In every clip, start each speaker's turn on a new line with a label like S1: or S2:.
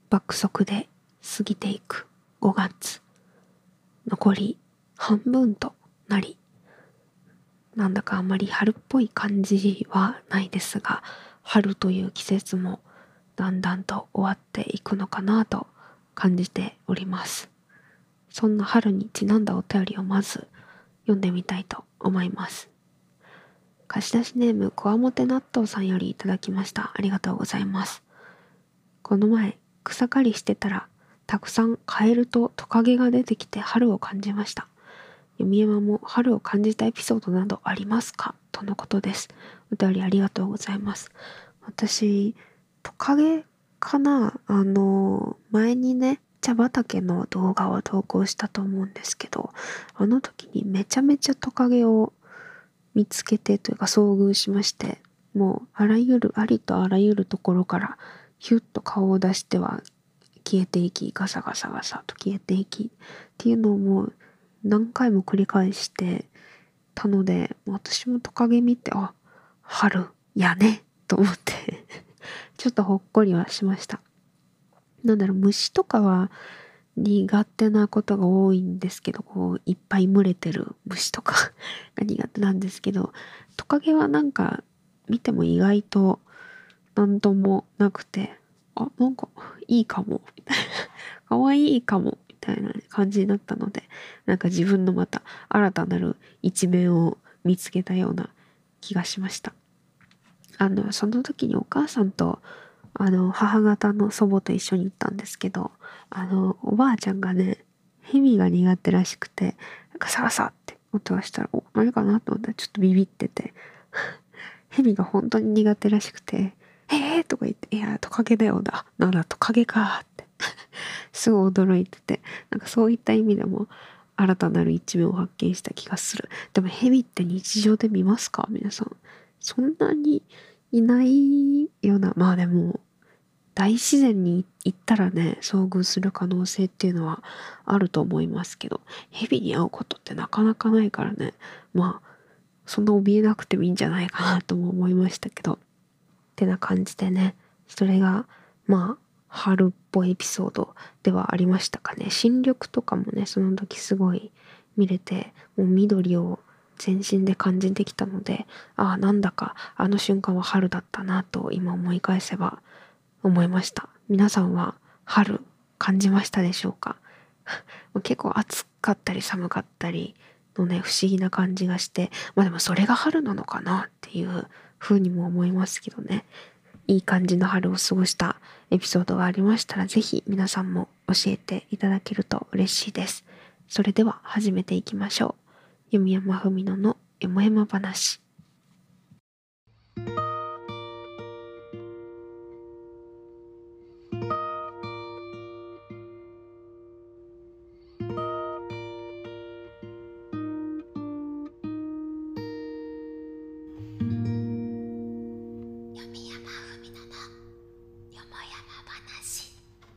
S1: 爆速で過ぎていく5月。残り半分となり、なんだかあまり春っぽい感じはないですが、春という季節もだんだんと終わっていくのかなと感じております。そんな春にちなんだお便りをまず読んでみたいと思います。貸し出しネームこわもて納豆さんよりいただきました。ありがとうございます。この前草刈りしてたらたくさんカエルとトカゲが出てきて春を感じました。弓山も春を感じたエピソードなどありますかとのことです。お便りありがとうございます。私トカゲかな、前にね茶畑の動画を投稿したと思うんですけど、あの時にめちゃめちゃトカゲを見つけてというか遭遇しまして、もうありとあらゆるところからヒュッと顔を出しては消えていき、ガサガサガサと消えていきっていうのをもう何回も繰り返してたので、私もトカゲ見て、あ、春やねと思ってちょっとほっこりはしました。なんだろう、虫とかは苦手なことが多いんですけど、こういっぱい群れてる虫とかが苦手なんですけど、トカゲはなんか見ても意外となんともなくて、あ、なんかいいかもみたいな、可愛いかもみたいな感じになったので、なんか自分のまた新たなる一面を見つけたような気がしました。その時にお母さんと母方の祖母と一緒に行ったんですけど、おばあちゃんがね、蛇が苦手らしくて、ガサガサって音がしたら、お、何かなと思ったらちょっとビビってて、蛇が本当に苦手らしくて、とか言って、いや、トカゲだよな。なんだ、トカゲかってすごい驚いてて、なんかそういった意味でも新たなる一面を発見した気がする。でも蛇って日常で見ますか皆さん。そんなにいないような、まあでも、大自然に行ったらね、遭遇する可能性っていうのはあると思いますけど、蛇に会うことってなかなかないからね、まあ、そんな怯えなくてもいいんじゃないかなとも思いましたけど、ってな感じでね、それが、まあ、春っぽいエピソードではありましたかね。新緑とかもね、その時すごい見れて、もう緑を全身で感じてきたので、ああ、なんだかあの瞬間は春だったなと今思い返せば思いました。皆さんは春感じましたでしょうか？結構暑かったり寒かったりのね、不思議な感じがして、まあでもそれが春なのかなっていう風にも思いますけどね。いい感じの春を過ごしたエピソードがありましたら、ぜひ皆さんも教えていただけると嬉しいです。それでは始めていきましょう。弓山文乃のよもやま話。弓山文乃のよもやま話。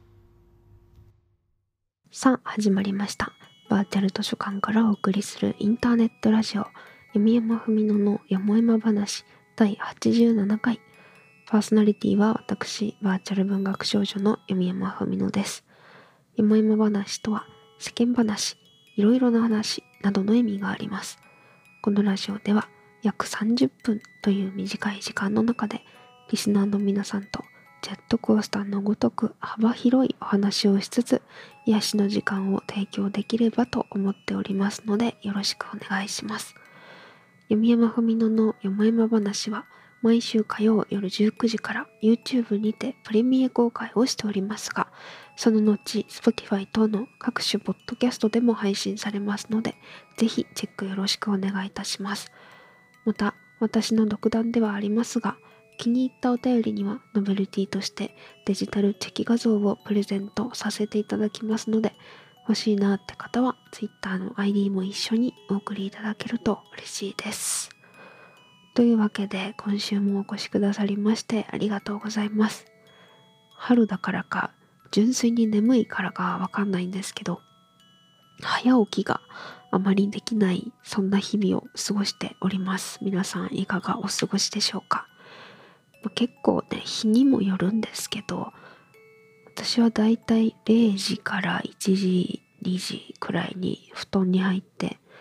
S1: さあ始まりました。バーチャル図書館からお送りするインターネットラジオ弓山文乃のよもやま話第87回。パーソナリティは私バーチャル文学少女の弓山文乃です。よもやま話とは世間話、いろいろな話などの意味があります。このラジオでは約30分という短い時間の中でリスナーの皆さんとジェットコースターのごとく幅広いお話をしつつ癒しの時間を提供できればと思っておりますのでよろしくお願いします。弓山文乃のよもやま話は毎週火曜夜19時から YouTube にてプレミア公開をしておりますが、その後 Spotify 等の各種ポッドキャストでも配信されますので、ぜひチェックよろしくお願いいたします。また、私の独断ではありますが、気に入ったお便りにはノベルティとしてデジタルチェキ画像をプレゼントさせていただきますので、欲しいなって方は Twitter の ID も一緒にお送りいただけると嬉しいです。というわけで今週もお越しくださりましてありがとうございます。春だからか純粋に眠いからかわかんないんですけど、早起きがあまりできないそんな日々を過ごしております。皆さんいかがお過ごしでしょうか？結構ね日にもよるんですけど、 私はだいたい0時から1時、2時くらいに布団に入って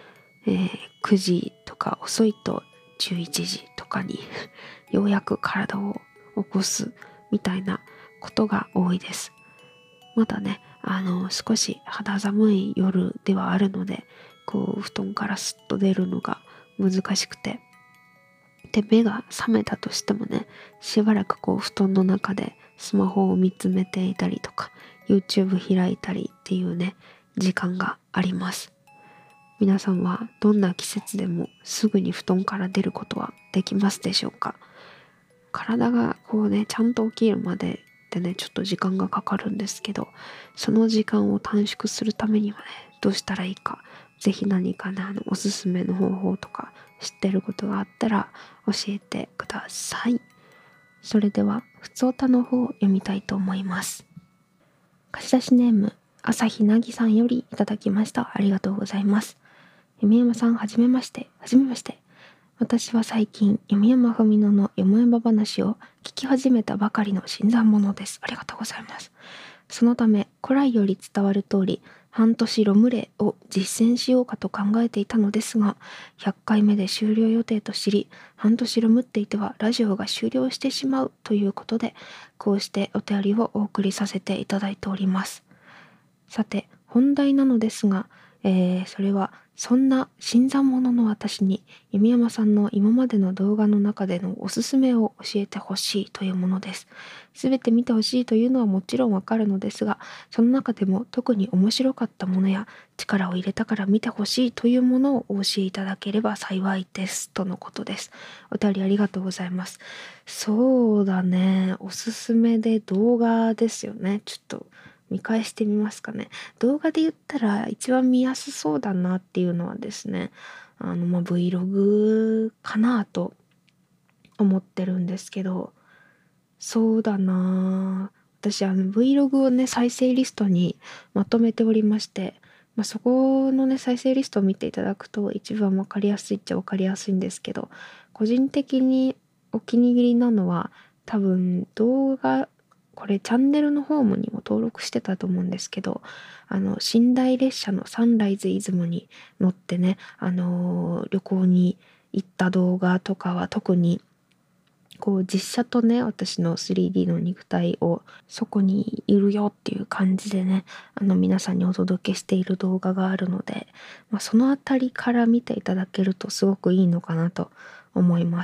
S1: 、9時とか遅いと11時とかにようやく体を起こすみたいなことが多いです。まだね、少し肌寒い夜ではあるので、布団からすっと出るのが難しくて、で、目が覚めたとしてもね、しばらく布団の中でスマホを見つめていたりとか、YouTube 開いたりっていうね、時間があります。皆さんはどんな季節でもすぐに布団から出ることはできますでしょうか？体がちゃんと起きるまででね、ちょっと時間がかかるんですけど、その時間を短縮するためにはね、どうしたらいいか、ぜひ何かね、おすすめの方法とか知ってることがあったら教えてください。それでは、ふつおたの方を読みたいと思います。貸し出しネーム、朝日なぎさんよりいただきました。ありがとうございます。弓山さん、はじめまして。はじめまして。私は最近、弓山文乃のよもやま話を聞き始めたばかりの新参者です。ありがとうございます。そのため、古来より伝わる通り、半年ロムレを実践しようかと考えていたのですが、100回目で終了予定と知り、半年ロムっていてはラジオが終了してしまうということで、こうしてお便りをお送りさせていただいております。さて、本題なのですが、それはそんな新参者の私に弓山さんの今までの動画の中でのおすすめを教えてほしいというものです。すべて見てほしいというのはもちろんわかるのですが、その中でも特に面白かったものや力を入れたから見てほしいというものをお教えいただければ幸いですとのことです。お便りありがとうございます。そうだね、おすすめで動画ですよね。ちょっと見返してみますかね。動画で言ったら一番見やすそうだなっていうのはですね、Vlog かなと思ってるんですけど、そうだな、私Vlog をね、再生リストにまとめておりまして、そこのね、再生リストを見ていただくと一番わかりやすいっちゃわかりやすいんですけど、個人的にお気に入りなのは多分動画、これチャンネルのホームにも登録してたと思うんですけど、寝台列車のサンライズ出雲に乗ってね、旅行に行った動画とかは特に実写とね、私の 3D の肉体をそこにいるよっていう感じでね、皆さんにお届けしている動画があるので、そのあたりから見ていただけるとすごくいいのかなと思います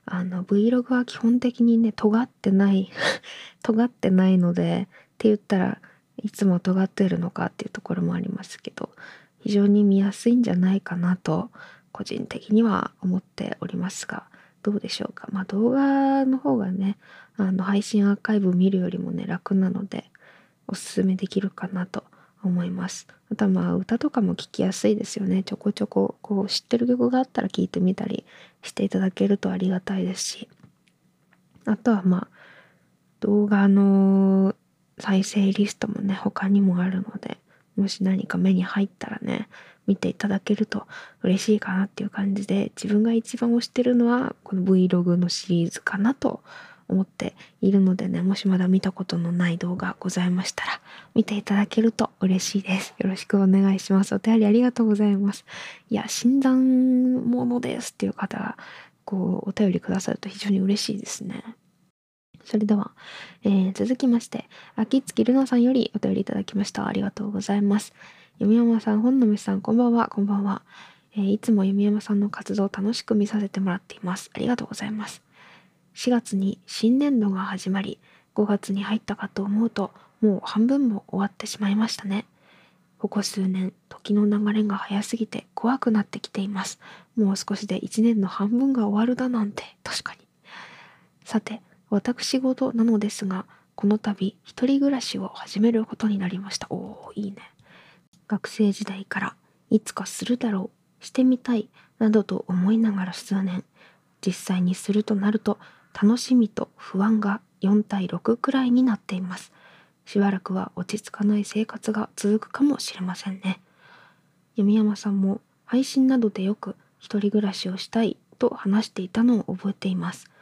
S1: 。Vlog は基本的にね、尖ってない尖ってないので、って言ったらいつも尖ってるのかっていうところもありますけど、非常に見やすいんじゃないかなと個人的には思っておりますが、どうでしょうか。動画の方がね、配信アーカイブ見るよりもね、楽なので、おすすめできるかなと思います。あとは歌とかも聴きやすいですよね。ちょこちょこ、知ってる曲があったら聴いてみたりしていただけるとありがたいですし、あとは動画の再生リストもね、他にもあるので、もし何か目に入ったらね、見ていただけると嬉しいかなっていう感じで、自分が一番推してるのはこの Vlog のシリーズかなと思っているのでね、もしまだ見たことのない動画ございましたら見ていただけると嬉しいです。よろしくお願いします。お便りありがとうございます。いや、診断ものですっていう方がお便りくださると非常に嬉しいですね。それでは、続きまして、秋月るなさんよりお便りいただきました。ありがとうございます。読山さん、本のめさん、こんばんは、こんばんは。いつも読山さんの活動を楽しく見させてもらっています。ありがとうございます。4月に新年度が始まり、5月に入ったかと思うと、もう半分も終わってしまいましたね。ここ数年、時の流れが早すぎて怖くなってきています。もう少しで1年の半分が終わるだなんて、確かに。さて、私事なのですが、この度一人暮らしを始めることになりました。おー、いいね。学生時代からいつかするだろう、してみたい、などと思いながら数年、実際にするとなると楽しみと不安が4対6くらいになっています。しばらくは落ち着かない生活が続くかもしれませんね。弓山さんも配信などでよく一人暮らしをしたいと話していたのを覚えています。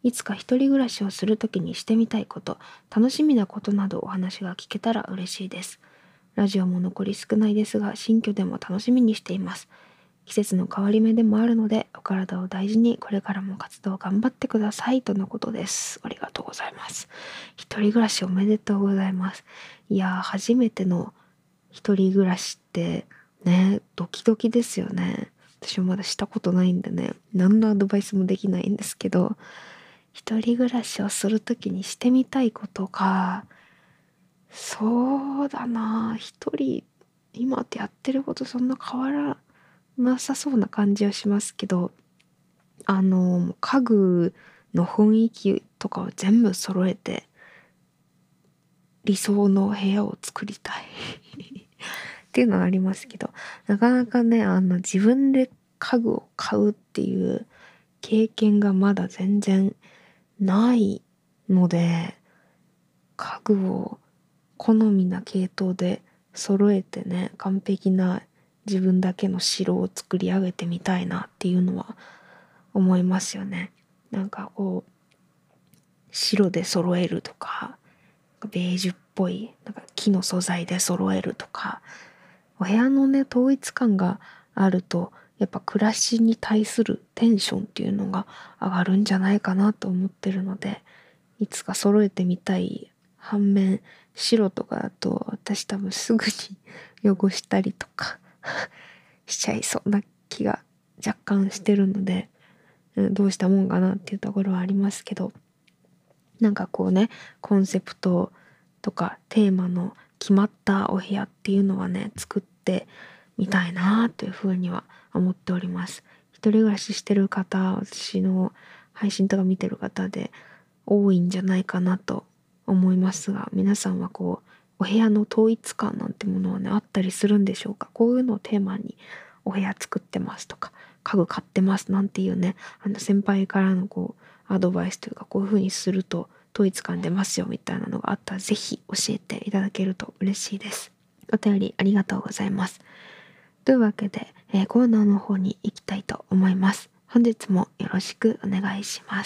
S1: いつか一人暮らしをするときにしてみたいこと、楽しみなことなどお話が聞けたら嬉しいです。ラジオも残り少ないですが、新居でも楽しみにしています。季節の変わり目でもあるので、お体を大事にこれからも活動頑張ってくださいとのことです。ありがとうございます。一人暮らしおめでとうございます。いやー、初めての一人暮らしってね、ドキドキですよね。私もまだしたことないんでね、何のアドバイスもできないんですけど、一人暮らしをするときにしてみたいことか、そうだな、一人今ってやってることそんな変わらなさそうな感じはしますけど、家具の雰囲気とかを全部揃えて理想の部屋を作りたいっていうのはありますけど、なかなかね、自分で家具を買うっていう経験がまだ全然ないので、家具を好みな系統で揃えてね、完璧な自分だけの城を作り上げてみたいなっていうのは思いますよね。なんかこう白で揃えるとか、ベージュっぽいなんか木の素材で揃えるとか、お部屋のね統一感があるとやっぱ暮らしに対するテンションっていうのが上がるんじゃないかなと思ってるので、いつか揃えてみたい反面、白とかだと私多分すぐに汚したりとかしちゃいそうな気が若干してるので、どうしたもんかなっていうところはありますけど、なんかこうね、コンセプトとかテーマの決まったお部屋っていうのはね、作ってみたいなというふうには思っております。一人暮らししてる方、私の配信とか見てる方で多いんじゃないかなと思いますが、皆さんはこうお部屋の統一感なんてものはねあったりするんでしょうか。こういうのをテーマにお部屋作ってますとか、家具買ってますなんていうね、先輩からのこうアドバイスというか、こういう風にすると統一感出ますよみたいなのがあったら、ぜひ教えていただけると嬉しいです。お便りありがとうございます。というわけで、コーナーの方に行きたいと思います。本日もよろしくお願いします。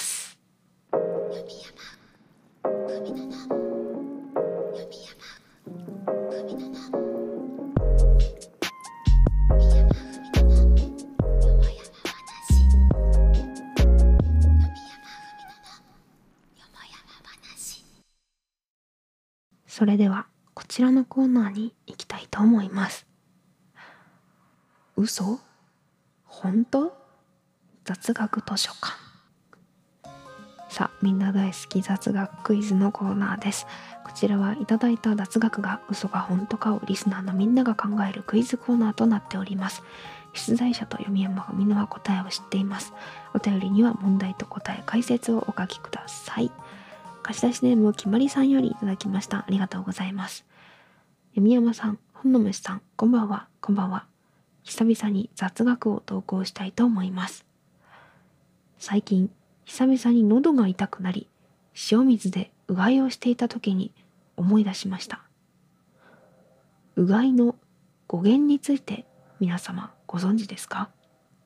S1: それではこちらのコーナーに行きたいと思います。嘘？本当？雑学図書館。さあ、みんな大好き雑学クイズのコーナーです。こちらはいただいた雑学が嘘か本当かをリスナーのみんなが考えるクイズコーナーとなっております。出題者と読み山がみんなは答えを知っています。お便りには問題と答え解説をお書きください。貸し出しネームきまりさんよりいただきました。ありがとうございます。弓山さん、本の虫さん、こんばんは。こんばんは。久々に雑学を投稿したいと思います。最近、久々に喉が痛くなり、塩水でうがいをしていた時に思い出しました。うがいの語源について皆様ご存知ですか？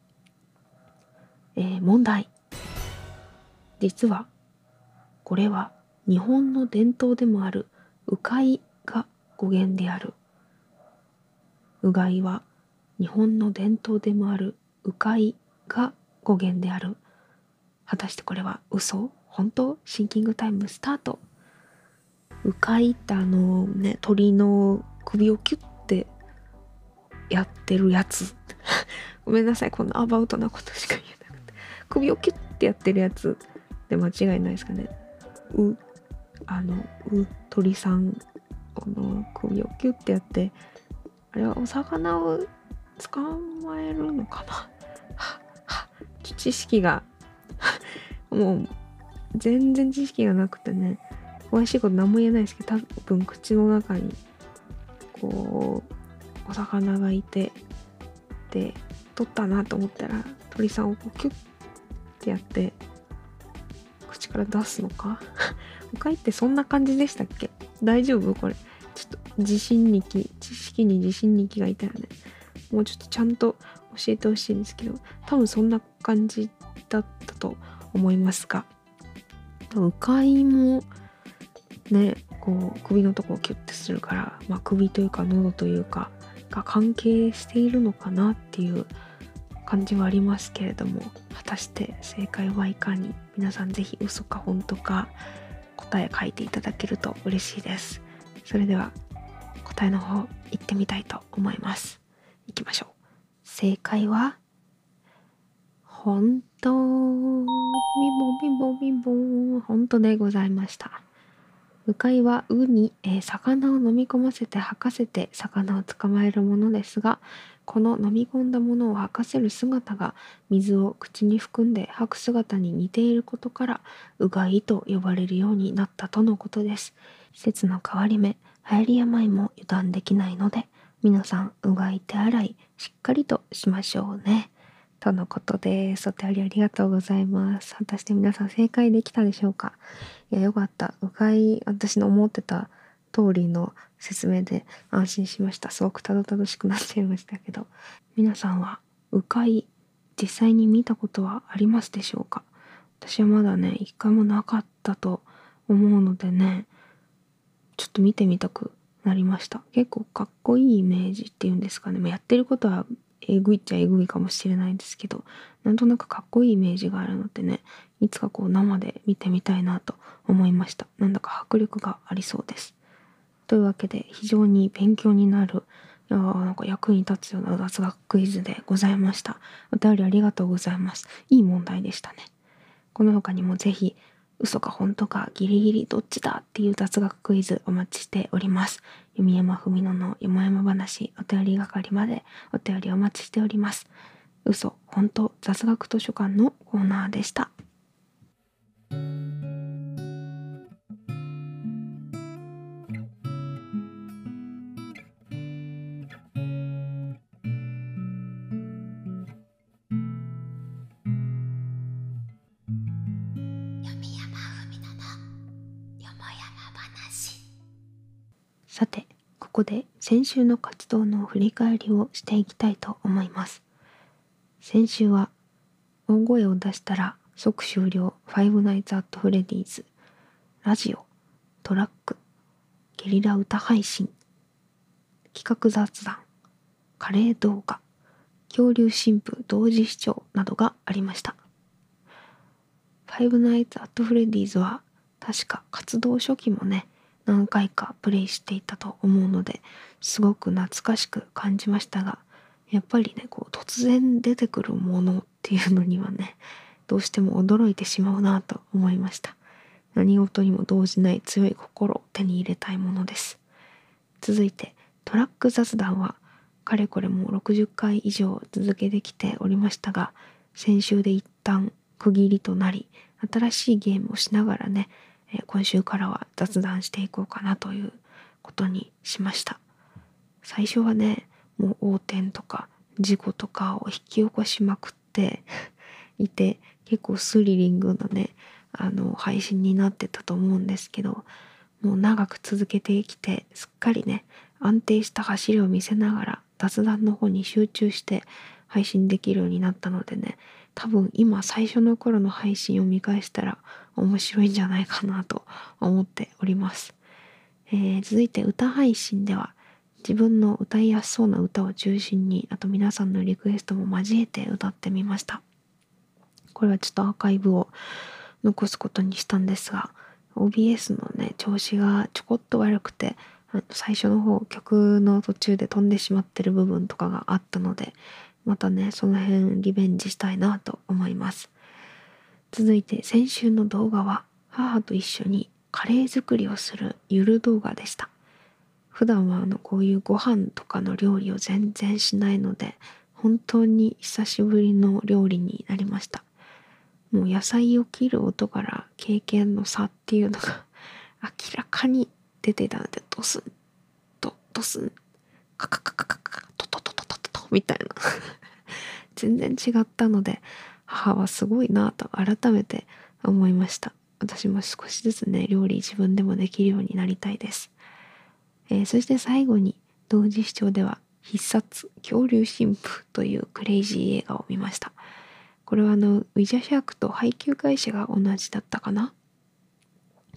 S1: 問題。実はこれは日本の伝統でもあるうかいが語源である。うがいは日本の伝統でもあるうかいが語源である。果たしてこれは嘘？本当？シンキングタイムスタート。うかいって鳥の首をキュッてやってるやつごめんなさい、こんなアバウトなことしか言えなくて。首をキュッてやってるやつで間違いないですかね。鳥さん首をキュッてやって、あれはお魚を捕まえるのかな知識がもう全然知識がなくてね、詳しいこと何も言えないですけど、多分口の中にこうお魚がいて、で取ったなと思ったら鳥さんをこうキュッてやって口から出すのかうかいってそんな感じでしたっけ？大丈夫？これちょっと知識に自信に気がいたよね。もうちょっとちゃんと教えてほしいんですけど、多分そんな感じだったと思いますが、 迂回もね、こう首のとこをキュッてするから、首というか喉というかが関係しているのかなっていう感じはありますけれども、果たして正解はいかに。皆さんぜひ嘘か本当か答え書いていただけると嬉しいです。それでは答えの方行ってみたいと思います。行きましょう。正解は本当、ビンボンビンボンビンボン、本当でございました。鵜飼は鵜に、魚を飲み込ませて吐かせて魚を捕まえるものですが、この飲み込んだものを吐かせる姿が水を口に含んで吐く姿に似ていることから鵜飼と呼ばれるようになったとのことです。季節の変わり目、流行り病も油断できないので、皆さんうがい手洗いしっかりとしましょうね。とのことです。お便りありがとうございます。果たして皆さん正解できたでしょうか？いや、よかった。うがい、私の思ってた通りの説明で安心しました。すごくたどたどしくなっちゃいましたけど。皆さんはうがい、実際に見たことはありますでしょうか？私はまだね、一回もなかったと思うのでね、ちょっと見てみたくなりました。結構かっこいいイメージっていうんですかね。やってることはえぐいっちゃえぐいかもしれないんですけど、なんとなくかっこいいイメージがあるのでね、いつかこう生で見てみたいなと思いました。なんだか迫力がありそうです。というわけで非常に勉強になる、なんか役に立つような雑学クイズでございました。お便りありがとうございます。いい問題でしたね。この他にもぜひ嘘か本当かギリギリどっちだっていう雑学クイズお待ちしております。弓山文乃のよもやま話お便り係までお便りお待ちしております。嘘本当雑学図書館のコーナーでした。さて、ここで先週の活動の振り返りをしていきたいと思います。先週は大声を出したら即終了ファイブナイツアットフレディーズ、ラジオ、トラック、ゲリラ歌配信、企画雑談、カレー動画、恐竜新婦同時視聴などがありました。ファイブナイツアットフレディーズは確か活動初期もね、何回かプレイしていたと思うのですごく懐かしく感じましたが、やっぱりね、こう突然出てくるものっていうのにはね、どうしても驚いてしまうなと思いました。何事にも動じない強い心を手に入れたいものです。続いてトラック雑談はかれこれも60回以上続けてきておりましたが、先週で一旦区切りとなり、新しいゲームをしながらね、今週からは雑談していこうかなということにしました。最初はね、もう横転とか事故とかを引き起こしまくっていて、結構スリリングなね、配信になってたと思うんですけど、もう長く続けてきて、すっかりね、安定した走りを見せながら雑談の方に集中して配信できるようになったのでね、多分今最初の頃の配信を見返したら面白いんじゃないかなと思っております。続いて歌配信では自分の歌いやすそうな歌を中心に、あと皆さんのリクエストも交えて歌ってみました。これはちょっとアーカイブを残すことにしたんですが、OBS のね調子がちょこっと悪くて、最初の方曲の途中で飛んでしまってる部分とかがあったので、またねその辺リベンジしたいなと思います。続いて先週の動画は母と一緒にカレー作りをするゆる動画でした。普段はこういうご飯とかの料理を全然しないので、本当に久しぶりの料理になりました。もう野菜を切る音から経験の差っていうのが明らかに出てたので、ドスンとドスンカカカカカカトトトトトトトみたいな全然違ったので、母はすごいなと改めて思いました。私も少しずつね料理自分でもできるようになりたいです。そして最後に同時視聴では必殺恐竜神父というクレイジー映画を見ました。これはウィジャシャークと配給会社が同じだったかな。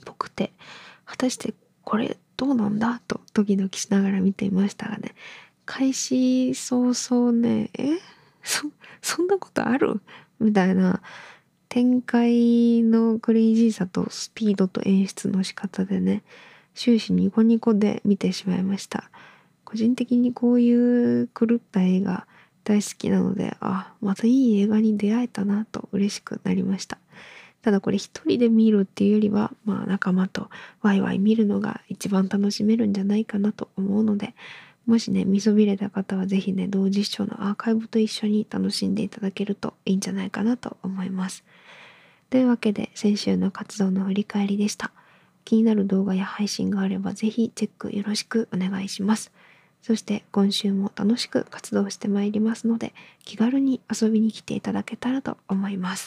S1: ぽくて、果たしてこれどうなんだとドキドキしながら見ていましたがね、開始早々ね、そんなことあるみたいな展開のクレイジーさとスピードと演出の仕方でね、終始ニコニコで見てしまいました。個人的にこういう狂った映画大好きなので、またいい映画に出会えたなと嬉しくなりました。ただこれ一人で見るっていうよりは、仲間とワイワイ見るのが一番楽しめるんじゃないかなと思うので、もしね、見そびれた方はぜひね、同時視聴のアーカイブと一緒に楽しんでいただけるといいんじゃないかなと思います。というわけで、先週の活動の振り返りでした。気になる動画や配信があればぜひチェックよろしくお願いします。そして今週も楽しく活動してまいりますので、気軽に遊びに来ていただけたらと思います。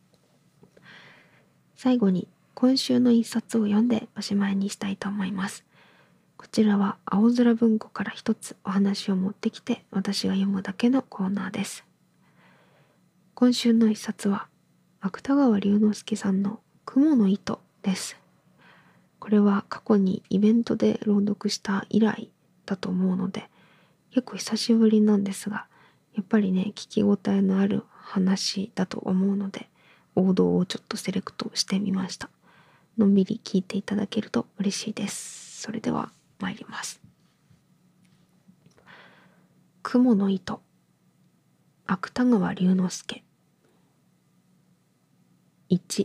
S1: 最後に今週の一冊を読んでおしまいにしたいと思います。こちらは青空文庫から一つお話を持ってきて私が読むだけのコーナーです。今週の一冊は芥川龍之介さんの雲の糸です。これは過去にイベントで朗読した以来だと思うので、結構久しぶりなんですが、やっぱりね、聞き応えのある話だと思うので、王道をちょっとセレクトしてみました。のんびり聞いていただけると嬉しいです。それでは参ります。雲の糸、芥川龍之介。1、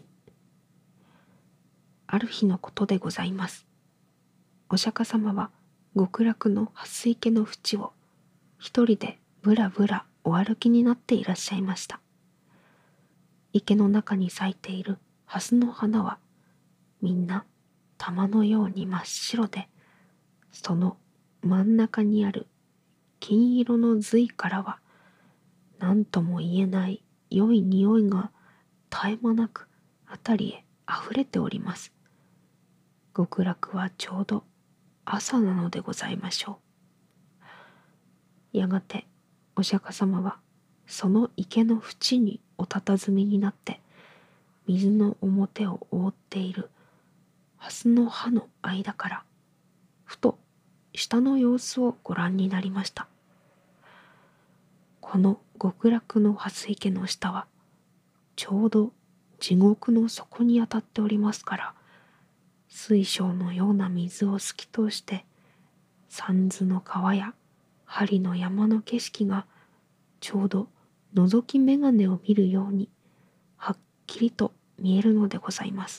S1: ある日のことでございます。お釈迦様は極楽の蓮池の淵を一人でぶらぶらお歩きになっていらっしゃいました。池の中に咲いている蓮の花はみんな玉のように真っ白で、その真ん中にある金色の髄からは何とも言えない良い匂いが絶え間なく辺りへあふれております。極楽はちょうど朝なのでございましょう。やがてお釈迦様はその池の縁にお佇みになって水の表を覆っている蓮の葉の間からふと下の様子をご覧になりました。この極楽の蓮池の下はちょうど地獄の底にあたっておりますから、水晶のような水を透き通して三途の川や針の山の景色がちょうど覗き眼鏡を見るようにはっきりと見えるのでございます。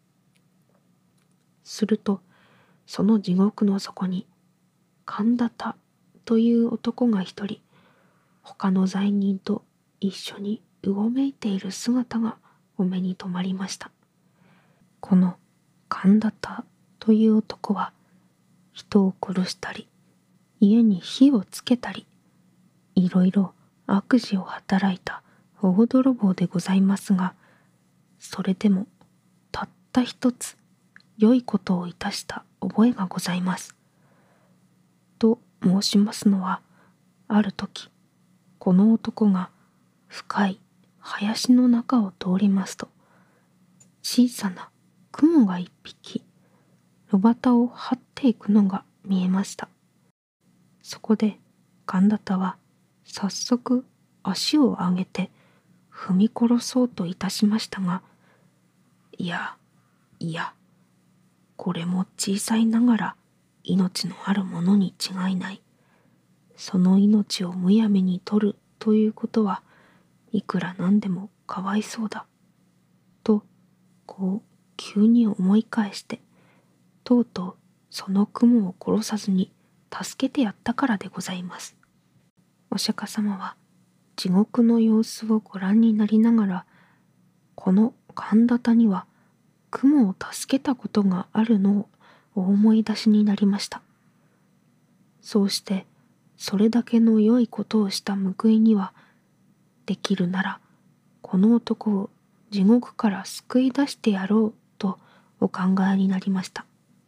S1: するとその地獄の底に神田田という男が一人他の罪人と一緒にうごめいている姿がお目に留まりました。この神田田という男は人を殺したり家に火をつけたりいろいろ悪事を働いた大泥棒でございますが、それでもたった一つ良いことをいたした覚えがございます。と申しますのは、ある時この男が深い林の中を通りますと、小さな雲が一匹炉端を張っていくのが見えました。そこで神田田は早速足を上げて踏み殺そうといたしましたが、いやいや、これも小さいながら命のあるものに違いない。その命をむやみに取るということはいくらなんでもかわいそうだ。と、こう急に思い返して、とうとうその雲を殺さずに助けてやったからでございます。お釈迦様は地獄の様子をご覧になりながら、この神田田には雲を助けたことがあるのをお思い出しになりました。そうしてそれだけの良いことをした報いには、できるならこの男を地獄から救い出してやろうとお考えになりました。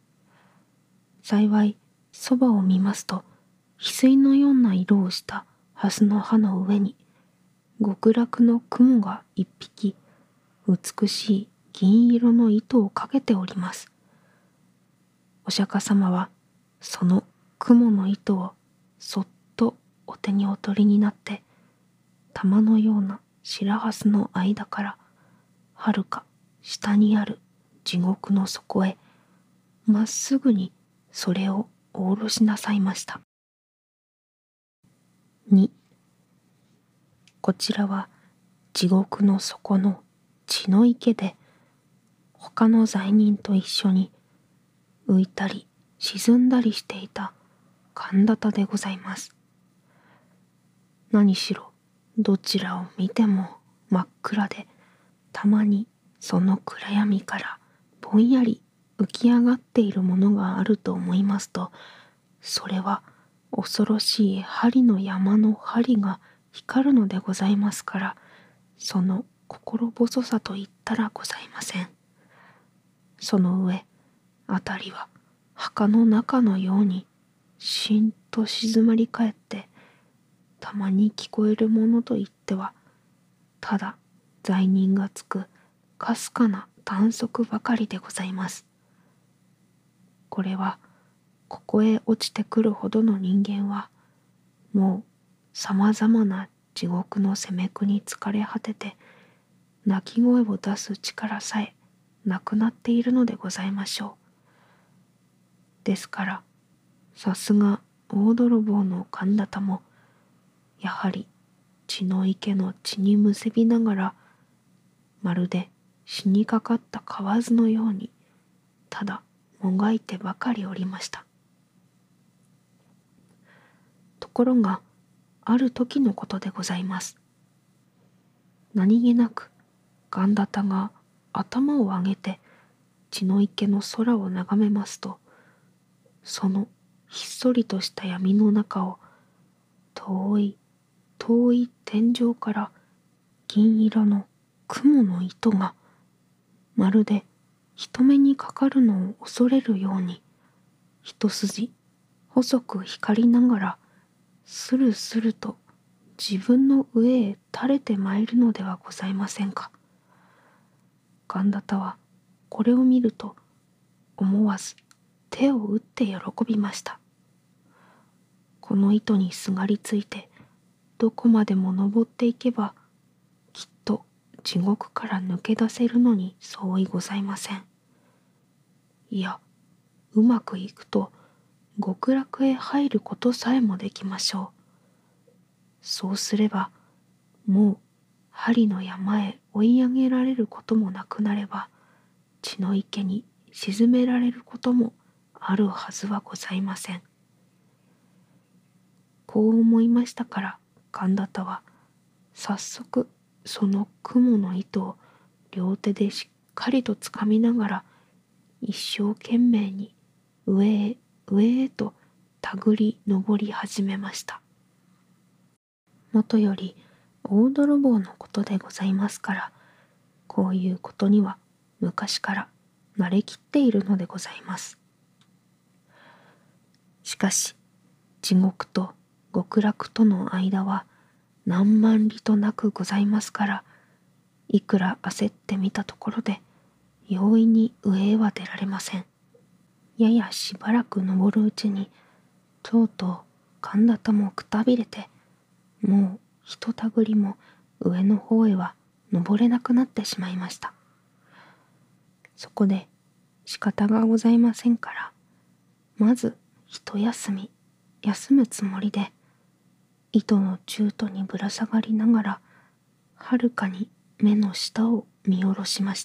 S1: 幸いそばを見ますと、翡翠のような色をした蓮の葉の上に極楽の雲が一匹美しい銀色の糸をかけております。お釈迦様はその雲の糸をそっとお手にお取りになって、玉のような白蓮の間からはるか下にある地獄の底へまっすぐにそれをお下ろしなさいました。2、こちらは地獄の底の血の池で、他の罪人と一緒に浮いたり沈んだりしていた神田田でございます。何しろどちらを見ても真っ暗で、たまにその暗闇からぼんやり浮き上がっているものがあると思いますと、それは恐ろしい針の山の針が光るのでございますから、その心細さと言ったらございません。その上、あたりは墓の中のようにしんと静まり返って、たまに聞こえるものといっては、ただ罪人がつくかすかな短足ばかりでございます。これはここへ落ちてくるほどの人間は、もうさまざまな地獄の責め苦に疲れ果てて、鳴き声を出す力さえなくなっているのでございましょう。ですから、さすが大泥棒の神田田も、やはり血の池の血にむせびながら、まるで死にかかった蛙のように、ただもがいてばかりおりました。ところが、ある時のことでございます。何気なく神田田が頭を上げて血の池の空を眺めますと、そのひっそりとした闇の中を、遠い遠い天井から銀色の雲の糸が、まるで人目にかかるのを恐れるように、一筋細く光りながら、スルスルと自分の上へ垂れてまいるのではございませんか。神田田はこれを見ると、思わず手を打って喜びました。この糸にすがりついて、どこまでも登っていけば、きっと地獄から抜け出せるのに相違ございません。いや、うまくいくと極楽へ入ることさえもできましょう。そうすれば、もう針の山へ追い上げられることもなくなれば、血の池に沈められることもあるはずはございません。こう思いましたから、神田田は早速その雲の糸を両手でしっかりとつかみながら、一生懸命に上へ上へと手繰り登り始めました。もとより大泥棒のことでございますから、こういうことには昔から慣れきっているのでございます。しかし地獄と極楽との間は何万里となくございますから、いくら焦ってみたところで容易に上へは出られません。ややしばらく登るうちに、とうとう神田田もくたびれて、もうひとたぐりも上の方へは登れなくなってしまいました。そこで仕方がございませんから、まず一休み休むつもりで、糸の中途にぶら下がりながら、はるかに目の下を見下ろしました。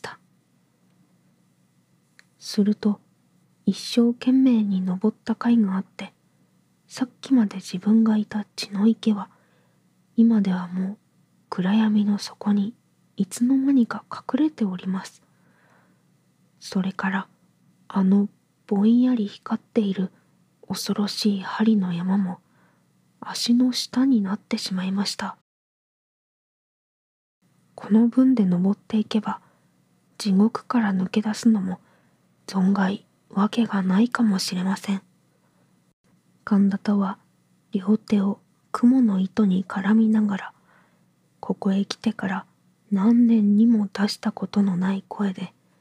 S1: すると、一生懸命に登った甲斐があって、さっきまで自分がいた血の池は、今ではもう暗闇の底にいつの間にか隠れております。それからあのぼんやり光っている恐ろしい針の山も足の下になってしまいました。この分で登っていけば地獄から抜け出すのも存外わけがないかもしれません。神田田は両手を雲の糸に絡みながら、ここへ来てから何年にも出したことのない声で、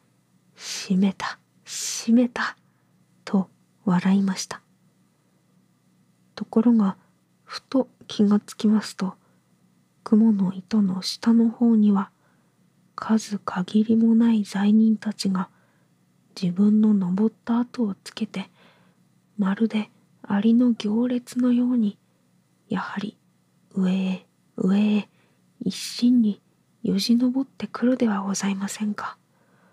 S1: 閉めた、閉めた、と笑いました。ところが、ふと気がつきますと、雲の糸の下の方には、数限りもない罪人たちが、自分の登った跡をつけて、まるでアリの行列のように、やはり上へ上へ一心によじ登ってくるではございませんか。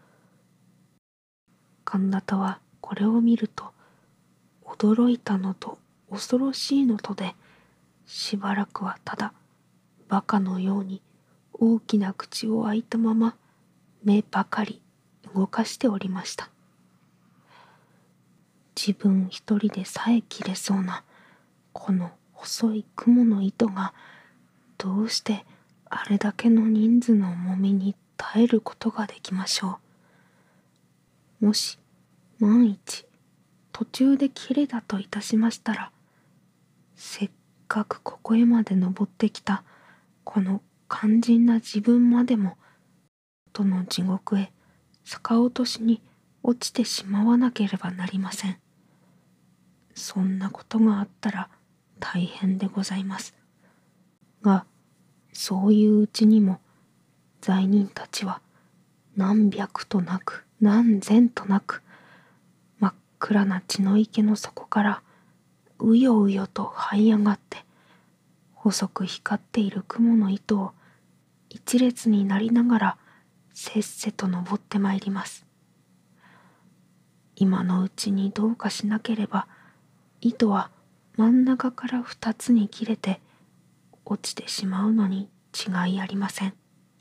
S1: 神田田はこれを見ると、驚いたのと恐ろしいのとで、しばらくはただバカのように大きな口を開いたまま目ばかり動かしておりました。自分一人でさえ切れそうなこの細い雲の糸がどうしてあれだけの人数の重みに耐えることができましょう。もし万一途中で切れたといたしましたら、せっかくここへまで登ってきたこの肝心な自分までもとの地獄へ逆落としに落ちてしまわなければなりません。そんなことがあったら大変でございます。が、そういううちにも罪人たちは何百となく何千となく真っ暗な血の池の底からうようよと這い上がって細く光っている雲の糸を一列になりながらせっせと登ってまいります。今のうちにどうかしなければ糸は真ん中から二つに切れて落ちてしまうのに違いありません。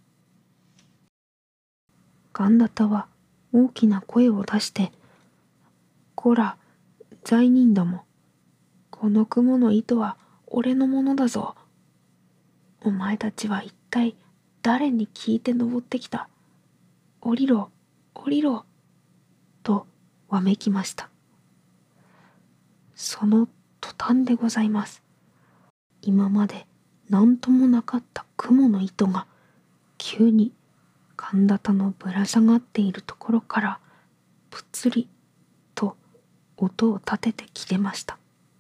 S1: ガンダタは大きな声を出して、こら、罪人ども、この雲の糸は俺のものだぞ。お前たちは一体誰に聞いて登ってきた。降りろ、降りろ、とわめきました。その途端でございます。今まで何ともなかった雲の糸が急に神田田のぶら下がっているところからぷつりと音を立てて切れました。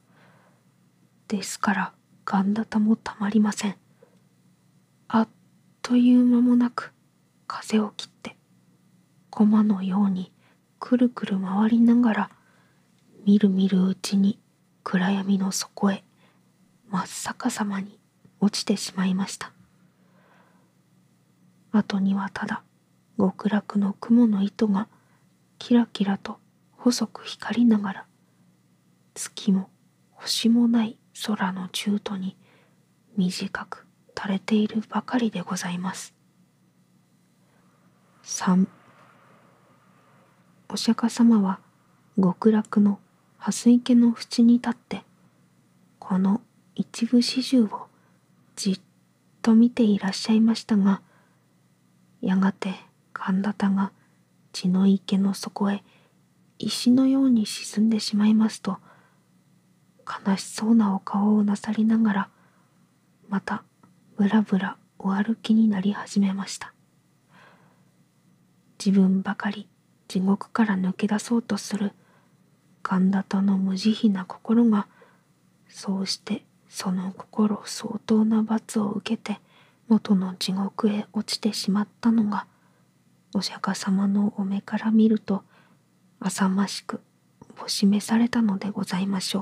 S1: ですから神田田もたまりません。あっという間もなく風を切って駒のようにくるくる回りながらみるみるうちに暗闇の底へ真っ逆さまに落ちてしまいました。後にはただ極楽の雲の糸がキラキラと細く光りながら月も星もない空の中途に短く垂れているばかりでございます。3、お釈迦様は極楽の蓮池の縁に立ってこの一部始終をじっと見ていらっしゃいましたが、やがて神田田が血の池の底へ石のように沈んでしまいますと、悲しそうなお顔をなさりながらまたぶらぶらお歩きになり始めました。自分ばかり地獄から抜け出そうとする神田田の無慈悲な心が、そうしてその心相当な罰を受けて元の地獄へ落ちてしまったのが、お釈迦様のお目から見ると浅ましくお示されたのでございましょう。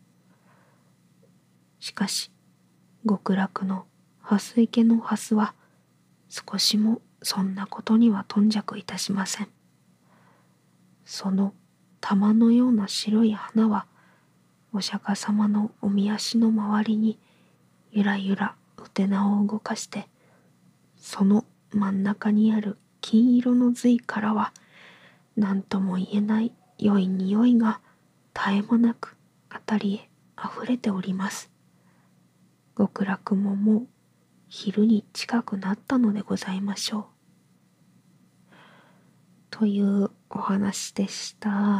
S1: しかし極楽の蓮池の蓮は少しもそんなことには頓着いたしません。その玉のような白い花はお釈迦様のおみ足の周りにゆらゆらうてなを動かして、その真ん中にある金色の髄からは何とも言えない良い匂いが絶え間なくあたりへあふれております。極楽ももう昼に近くなったのでございましょう。というお話でした。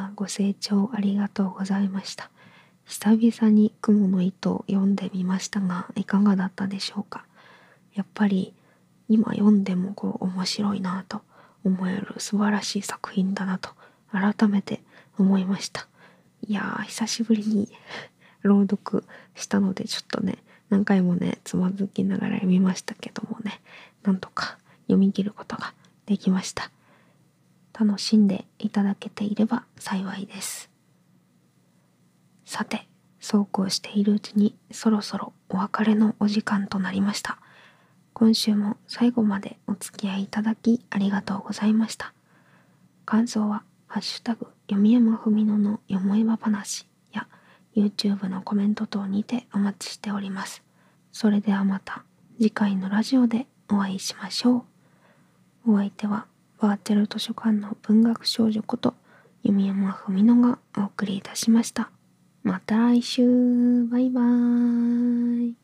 S1: ご清聴ありがとうございました。久々に雲の糸を読んでみましたが、いかがだったでしょうか。やっぱり今読んでも面白いなと思える素晴らしい作品だなと改めて思いました。いやー、久しぶりに朗読したのでちょっとね、何回もね、つまずきながら読みましたけどもね、なんとか読み切ることができました。楽しんでいただけていれば幸いです。さて、そうこうしているうちにそろそろお別れのお時間となりました。今週も最後までお付き合いいただきありがとうございました。感想はハッシュタグ読み山ふみののよもえば話や YouTube のコメント等にてお待ちしております。それではまた次回のラジオでお会いしましょう。お相手はバーチャル図書館の文学少女こと弓山文乃がお送りいたしました。また来週。バイバーイ。